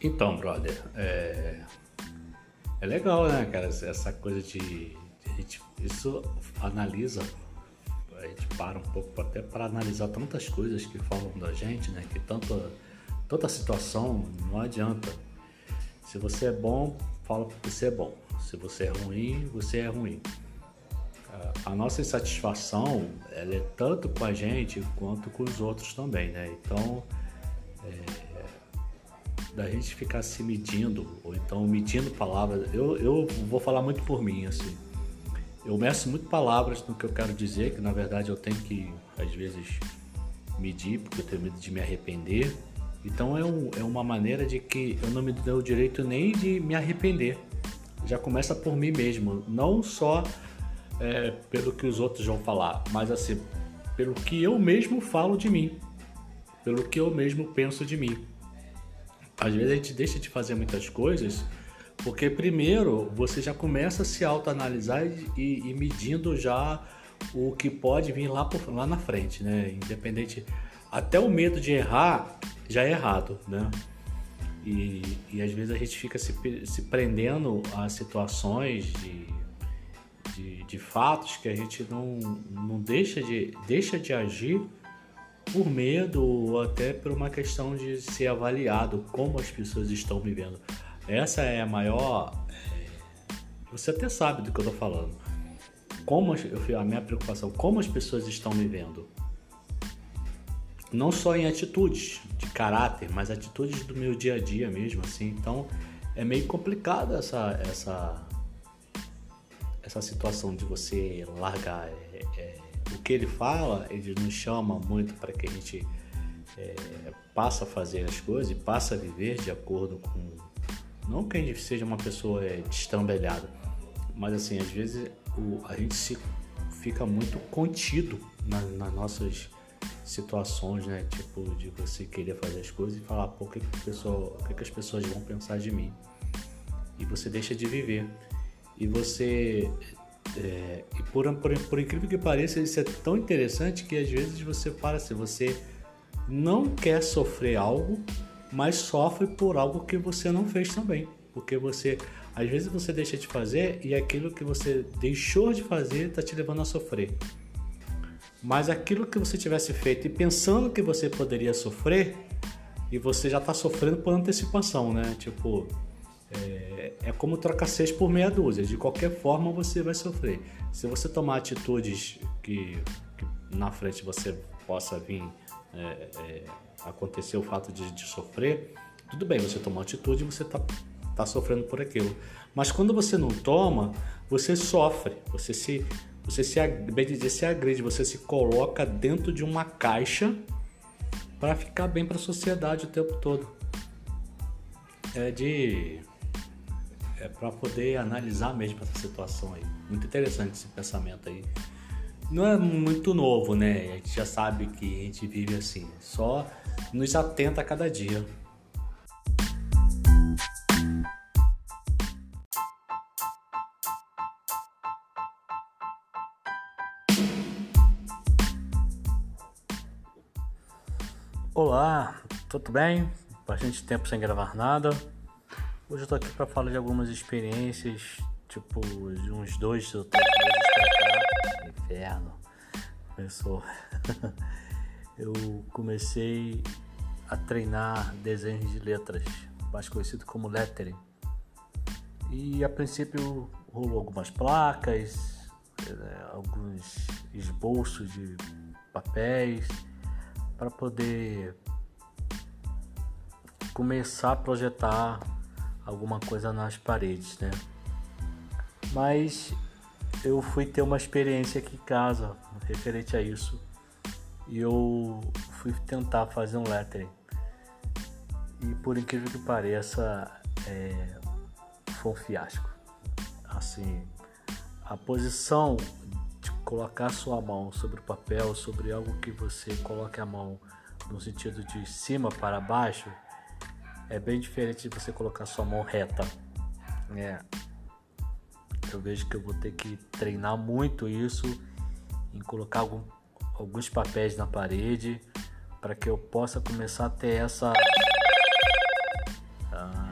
Então, brother, é legal, né, cara? Essa coisa isso analisa, a gente para um pouco até para analisar tantas coisas que falam da gente, né? Que tanta situação não adianta. Se você é bom, fala que você é bom. Se você é ruim, você é ruim. A nossa insatisfação, ela é tanto com a gente quanto com os outros também, né? Então, da gente ficar se medindo, ou então medindo palavras, eu vou falar muito por mim, assim. Eu meço muito palavras no que eu quero dizer, que na verdade eu tenho que, às vezes, medir, porque eu tenho medo de me arrepender. Então é uma maneira de que eu não me dou o direito nem de me arrepender. Já começa por mim mesmo, não só pelo que os outros vão falar, mas assim, pelo que eu mesmo falo de mim, pelo que eu mesmo penso de mim. Às vezes a gente deixa de fazer muitas coisas porque primeiro você já começa a se autoanalisar e medindo já o que pode vir lá na frente, né? Independente, até o medo de errar já é errado, né? E às vezes a gente fica se prendendo a situações de fatos que a gente não deixa de agir por medo ou até por uma questão de ser avaliado, como as pessoas estão me vendo. Essa é a maior... Você até sabe do que eu estou falando. A minha preocupação, como as pessoas estão me vendo. Não só em atitudes de caráter, mas atitudes do meu dia a dia mesmo, assim. Então, é meio complicado essa situação de você largar. O que ele fala, ele nos chama muito para que a gente passe a fazer as coisas e passe a viver de acordo com... Não que a gente seja uma pessoa destrambelhada, mas assim, às vezes a gente fica muito contido nas nossas situações, né? Tipo, de você querer fazer as coisas e falar, pô, o que as pessoas vão pensar de mim? E você deixa de viver. E você... e por incrível que pareça, isso é tão interessante que às vezes você para assim, você não quer sofrer algo, mas sofre por algo que você não fez também. Porque às vezes você deixa de fazer e aquilo que você deixou de fazer está te levando a sofrer. Mas aquilo que você tivesse feito e pensando que você poderia sofrer, e você já está sofrendo por antecipação, né? Tipo, é como trocar 6 por meia dúzia. De qualquer forma você vai sofrer. Se você tomar atitudes que na frente você possa vir acontecer o fato de sofrer, tudo bem, você tomou atitude e você tá sofrendo por aquilo. Mas quando você não toma, você sofre, você se agride, você se coloca dentro de uma caixa para ficar bem para a sociedade o tempo todo. Para poder analisar mesmo essa situação aí. Muito interessante esse pensamento aí. Não é muito novo, né? A gente já sabe que a gente vive assim. Só nos atenta a cada dia. Olá, tudo bem? Bastante tempo sem gravar nada. Hoje eu tô aqui para falar de algumas experiências, tipo, de uns 2 ou 3 meses pra cá. Inferno. Começou. Eu comecei a treinar desenhos de letras, mais conhecido como lettering. E a princípio rolou algumas placas, alguns esboços de papéis, para poder começar a projetar alguma coisa nas paredes, né? Mas eu fui ter uma experiência aqui em casa referente a isso e eu fui tentar fazer um lettering e, por incrível que pareça, foi um fiasco. Assim, a posição de colocar sua mão sobre o papel, sobre algo que você coloque a mão no sentido de cima para baixo, é bem diferente de você colocar sua mão reta. Eu vejo que eu vou ter que treinar muito isso, em colocar alguns papéis na parede, para que eu possa começar a ter essa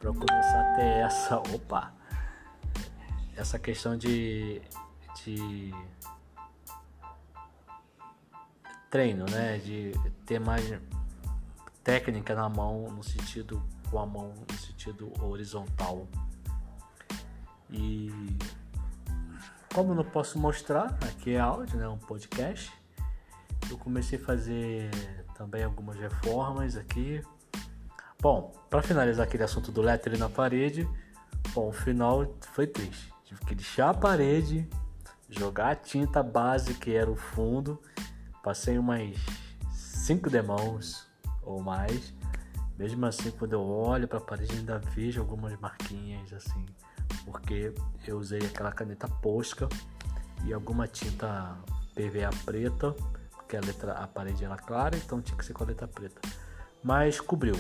para eu começar a ter essa questão de treino, né? De ter mais técnica na mão, com a mão no sentido horizontal. E como eu não posso mostrar, aqui é áudio, né? Um podcast. Eu comecei a fazer também algumas reformas aqui. Bom, para finalizar aquele assunto do lettering na parede, o final foi triste. Tive que lixar a parede, jogar a tinta base que era o fundo. Passei umas 5 demãos ou mais. Mesmo assim, quando eu olho para a parede, ainda vejo algumas marquinhas assim, porque eu usei aquela caneta Posca e alguma tinta PVA preta, porque a parede era clara, então tinha que ser com a letra preta. Mas cobriu.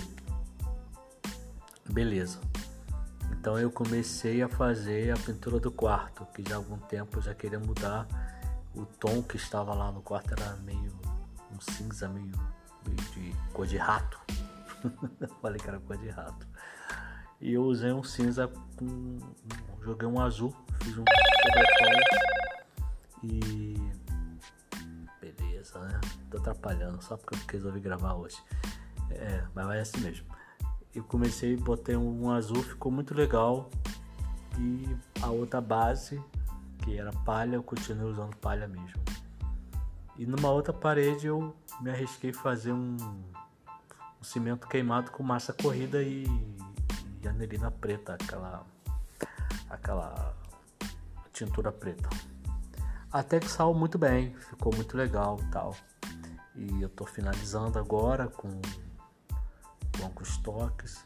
Beleza. Então eu comecei a fazer a pintura do quarto, que já há algum tempo eu já queria mudar. O tom que estava lá no quarto era meio um cinza, meio de cor de rato. Falei que era cor de rato. E eu usei um cinza joguei um azul, fiz um sobretom e beleza, né? Tô atrapalhando só porque eu resolvi gravar hoje. Mas vai assim mesmo. Eu comecei, botei um azul, ficou muito legal. E a outra base, que era palha, eu continuei usando palha mesmo. E numa outra parede eu me arrisquei a fazer um cimento queimado com massa corrida e anilina preta, aquela tintura preta. Até que saiu muito bem, ficou muito legal e tal. E eu tô finalizando agora com alguns toques.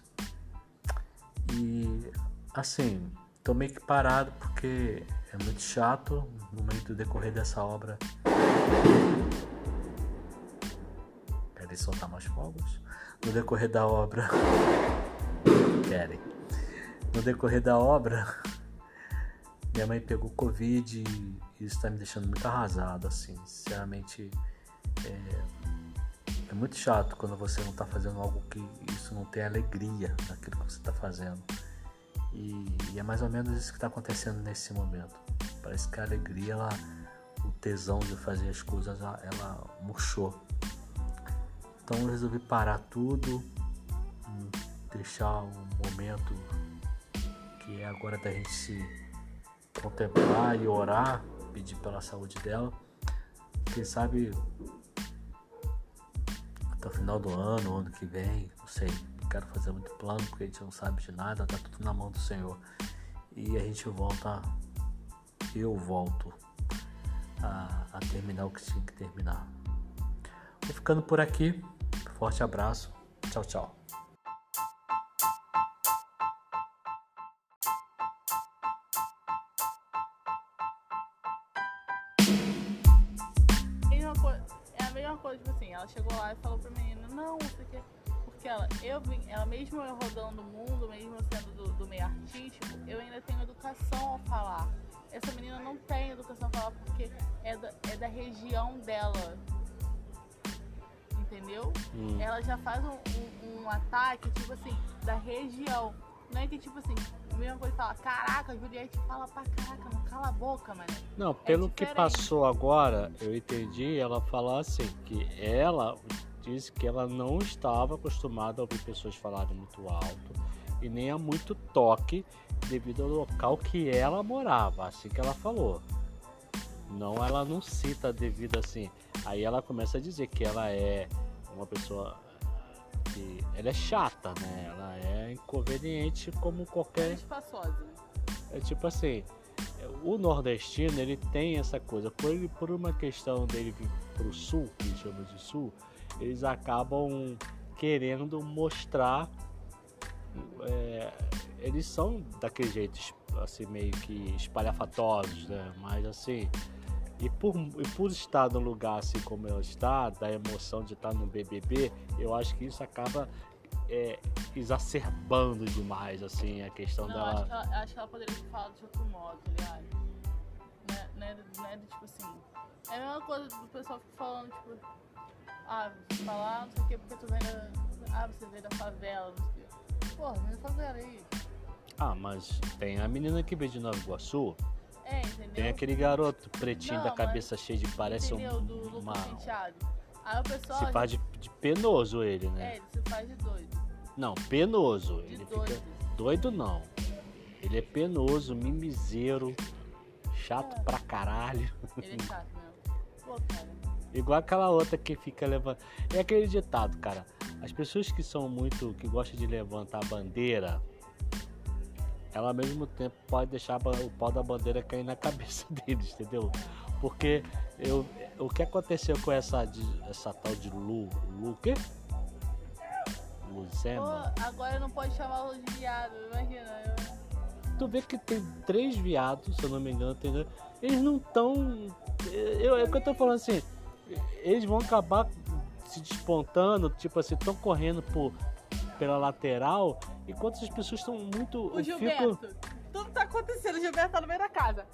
E assim, tô meio que parado porque é muito chato no meio do decorrer dessa obra. Querem soltar mais fogos? No decorrer da obra. No decorrer da obra, minha mãe pegou Covid e isso tá me deixando muito arrasado, assim. Sinceramente, é muito chato quando você não tá fazendo algo que isso não tem alegria naquilo que você tá fazendo. E é mais ou menos isso que tá acontecendo nesse momento. Parece que a alegria, o tesão de fazer as coisas, ela murchou. Então eu resolvi parar tudo, deixar um momento que é agora da gente se contemplar e orar, pedir pela saúde dela. Quem sabe até o final do ano que vem, não sei, não quero fazer muito plano porque a gente não sabe de nada, tá tudo na mão do Senhor. E a gente eu volto a terminar o que tinha que terminar. Vou ficando por aqui, forte abraço, tchau, tchau. É a mesma coisa, tipo assim, ela chegou lá e falou pra menina, não, porque ela mesmo eu rodando o mundo, mesmo sendo do meio artístico, eu ainda tenho educação ao falar. Essa menina não tem educação ao falar porque é da região dela, entendeu? Ela já faz um ataque, tipo assim, da região. Não é que tipo assim, a mesma coisa fala, caraca, a Juliette fala pra caraca, não cala a boca, mano. Não, pelo que passou agora, eu entendi ela falar assim, que ela disse que ela não estava acostumada a ouvir pessoas falarem muito alto e nem a muito toque devido ao local que ela morava, assim que ela falou. Não, ela não cita devido assim. Aí ela começa a dizer que ela é uma pessoa que ela é chata, né? Ela é inconveniente como qualquer. Espaçosa. É tipo assim, o nordestino ele tem essa coisa, por uma questão dele vir pro sul, que eles chamam de sul, eles acabam querendo mostrar, eles são daquele jeito assim meio que espalhafatosos, né? Mas assim, e por estar num lugar assim como ela está, da emoção de estar no BBB, eu acho que isso acaba exacerbando demais assim a questão dela. Acho que ela poderia ter falado de outro modo, tá ligado? Não é de tipo assim. É a mesma coisa do pessoal ficar falando, tipo, você falar não sei o que porque tu vem você veio da favela, não sei o que. Porra, me favela aí. Ah, mas tem a menina que veio de Nova Iguaçu. Entendeu? Tem aquele garoto pretinho Não, da cabeça cheia de parece entendeu? Do Lucas uma... Penteado. Aí o pessoal... Se faz de penoso ele, né? ele se faz de doido. Não, penoso. De Ele doido. fica doido não. Ele é penoso, mimizeiro, chato pra caralho. Ele é chato mesmo. Pô, cara. Igual aquela outra que fica levantando. É aquele ditado, cara. As pessoas que são muito, que gostam de levantar a bandeira, ela ao mesmo tempo pode deixar o pau da bandeira cair na cabeça deles, entendeu? Porque o que aconteceu com essa tal de Lu o quê? Luzema? Pô, agora não pode chamar os viados, imagina. Tu vê que tem 3 viados, se eu não me engano, entendeu? Eles não estão... É o que eu tô falando assim, eles vão acabar se despontando, tipo assim, estão correndo pela lateral, enquanto as pessoas estão muito... O Gilberto, tudo tá acontecendo, o Gilberto tá no meio da casa.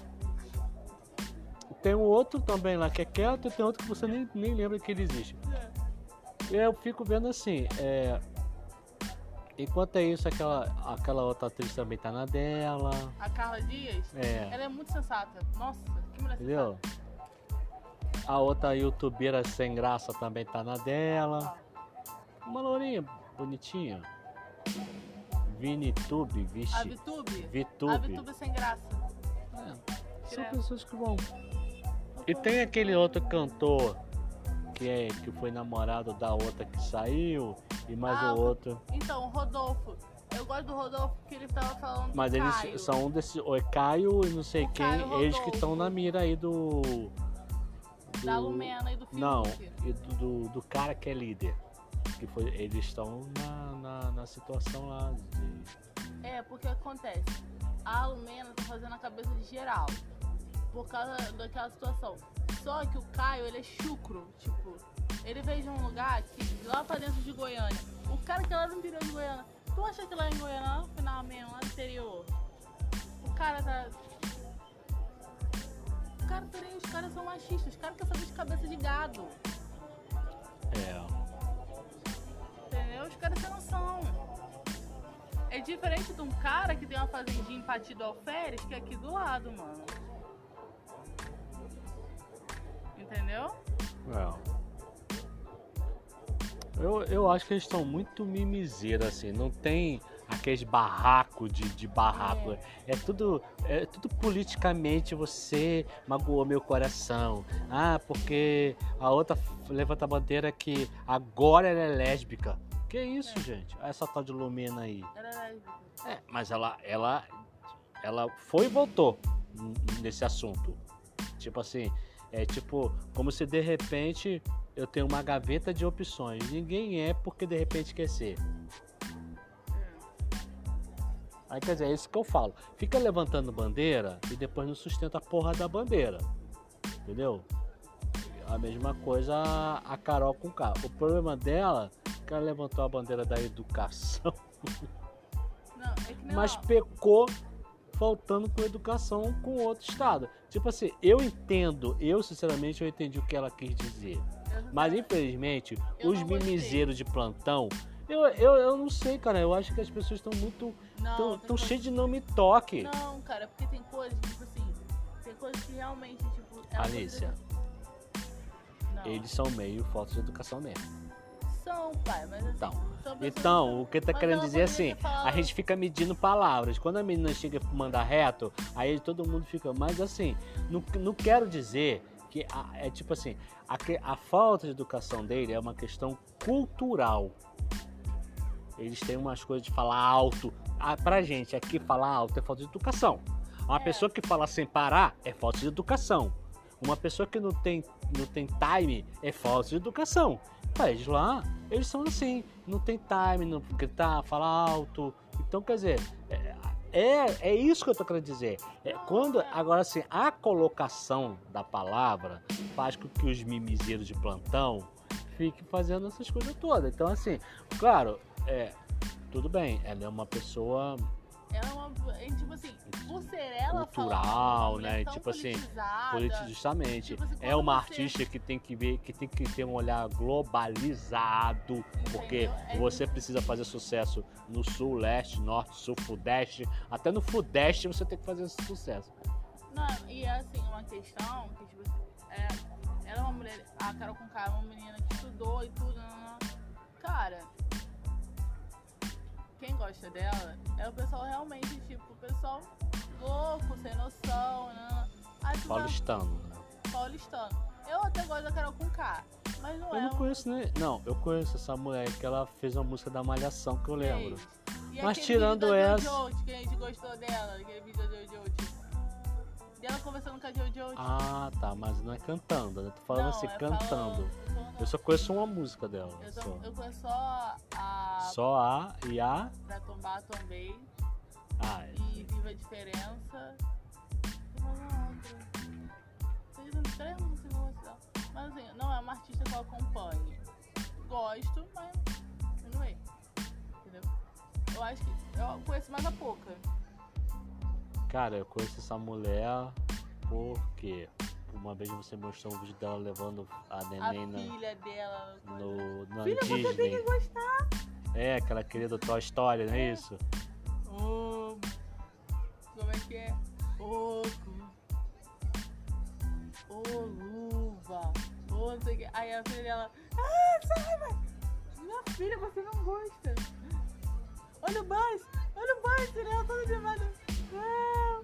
Tem um outro também lá que é quieto e tem outro que você nem lembra que ele existe. E eu fico vendo assim, enquanto é isso, aquela outra atriz também tá na dela. A Carla Dias, ela é muito sensata. Nossa, que mulher entendeu? sensata. A outra youtubeira sem graça também tá na dela. Uma lourinha bonitinha. Vinitube, vixe. A Vitube? Vitube. A Vitube sem graça. São pessoas que vão. E tem aquele outro cantor que foi namorado da outra que saiu, e mais o outro. Então, o Rodolfo. Eu gosto do Rodolfo porque ele tava falando mas eles Caio. São um desses. O Caio e não sei o quem, Caio eles que estão na mira aí do. Da Lumena e do Felipe. Não, e do cara que é líder. Que foi, eles estão na situação lá de... Porque acontece. A Lumena tá fazendo a cabeça de geral. Por causa daquela situação. Só que o Caio, ele é chucro. Tipo, ele veio de um lugar que, lá pra dentro de Goiânia. O cara que é lá no interior de Goiânia. Tu acha que lá em Goiânia, lá no final mesmo, lá no interior, o cara tá... Os caras são machistas. Os caras querem saber de cabeça de gado. Entendeu? Os caras têm noção. É diferente de um cara que tem uma fazendinha em Pati do Alferes, que é aqui do lado, mano. Entendeu? Eu acho que eles estão muito mimizeiros, assim. Não tem aqueles barracos de barraco. É tudo politicamente. Você magoou meu coração. Ah, porque a outra levanta a bandeira que agora ela é lésbica. Que isso, gente? Essa tal de Lumena aí. Ela é lésbica. Mas ela foi e voltou nesse assunto. Tipo assim, tipo como se de repente eu tenho uma gaveta de opções. Ninguém é porque de repente quer ser. Aí quer dizer, é isso que eu falo. Fica levantando bandeira e depois não sustenta a porra da bandeira. Entendeu? A mesma coisa a Carol com K. O problema dela é que ela levantou a bandeira da educação. Não, é que não. Mas pecou faltando com educação com outro estado. Tipo assim, eu sinceramente entendi o que ela quis dizer. Mas infelizmente, os mimizeiros de plantão, eu não sei, cara. Eu acho que as pessoas estão muito. Estão cheias de não me toque. Não, cara, porque tem coisas, tipo assim. Tem coisas que realmente, tipo. Alicia, eles são meio falta de educação mesmo. São, pai, mas assim. Então, o que tá querendo dizer assim, a gente fica medindo palavras. Quando a menina chega e manda reto, aí todo mundo fica. Mas assim, não quero dizer que é tipo assim, a falta de educação dele é uma questão cultural. Eles têm umas coisas de falar alto. Pra gente, aqui falar alto é falta de educação. Uma pessoa que fala sem parar é falta de educação. Uma pessoa que não tem time é falta de educação. Eles lá, eles são assim, não tem time, não gritar, falar alto. Então, quer dizer, é isso que eu tô querendo dizer. Agora, assim, a colocação da palavra faz com que os mimizeiros de plantão fiquem fazendo essas coisas todas. Então, assim, claro, tudo bem, ela é uma pessoa Ela é uma. Tipo assim, por ser ela cultural, falando, né? tão Tipo assim, politizada, justamente. tipo assim, É quando uma você- artista que tem que ver, que tem que ter um olhar globalizado, porque Entendeu? É você precisa fazer sucesso no sul, leste, norte, sul, sudeste, até no sudeste você tem que fazer esse sucesso. Não, e é assim, uma questão que, tipo assim, ela é uma mulher, a Carol Conká é uma menina que estudou e tudo, cara, quem gosta dela é o pessoal realmente, tipo, o pessoal louco, sem noção, Aí tu vai- Paulistano, né? paulistano. Eu até gosto da Carol Conká, mas não Eu é não conheço, né? Não, eu conheço essa mulher que ela fez uma música da Malhação que eu lembro. E Mas aquele tirando vídeo da essa- Jojo, que a gente gostou dela, aquele vídeo da Jojo, dela conversando com a Jojo. Ah, tá, mas não é cantando, né? Tô falando Não, assim, é cantando. falando- Eu só conheço uma música dela. Eu conheço só a Só a e a. Pra Tombar também. Ah, E Viva a Diferença. Tem mais uma outra. Tem três músicas que eu gosto dela. Mas assim, não é uma artista que eu acompanhe. Gosto, mas não é. Entendeu? Eu acho que eu conheço mais a pouca. cara, eu conheço essa mulher porque uma vez você mostrou um vídeo dela levando a A neném filha dela. na Filha, Disney. você tem que gostar. É, aquela querida Toy Story, não é isso? Como é que é? Luva. Não sei o que. Aí a filha dela. Sai, mãe! Minha filha, você não gosta. Olha o Buzz, ele é todo demais. Não.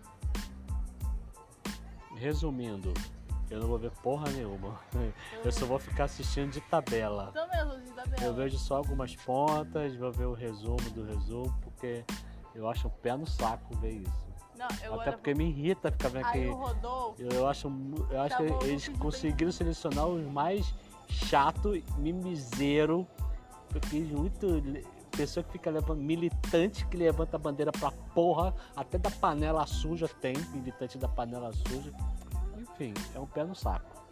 Resumindo, eu não vou ver porra nenhuma. Eu só vou ficar assistindo de tabela. Também, eu sou de tabela. Eu vejo só algumas pontas, vou ver o resumo do resumo, porque eu acho um pé no saco ver isso. Não, eu Até porque me irrita ficar vendo Aí aquele. o Rodolfo. Eu acho Tá que bom, eles eu fiz conseguiram selecionar os mais chato, mimizeiro, porque muito pessoa que fica levando, militante que levanta a bandeira pra porra, até da panela suja tem, militante da panela suja. Enfim, é um pé no saco.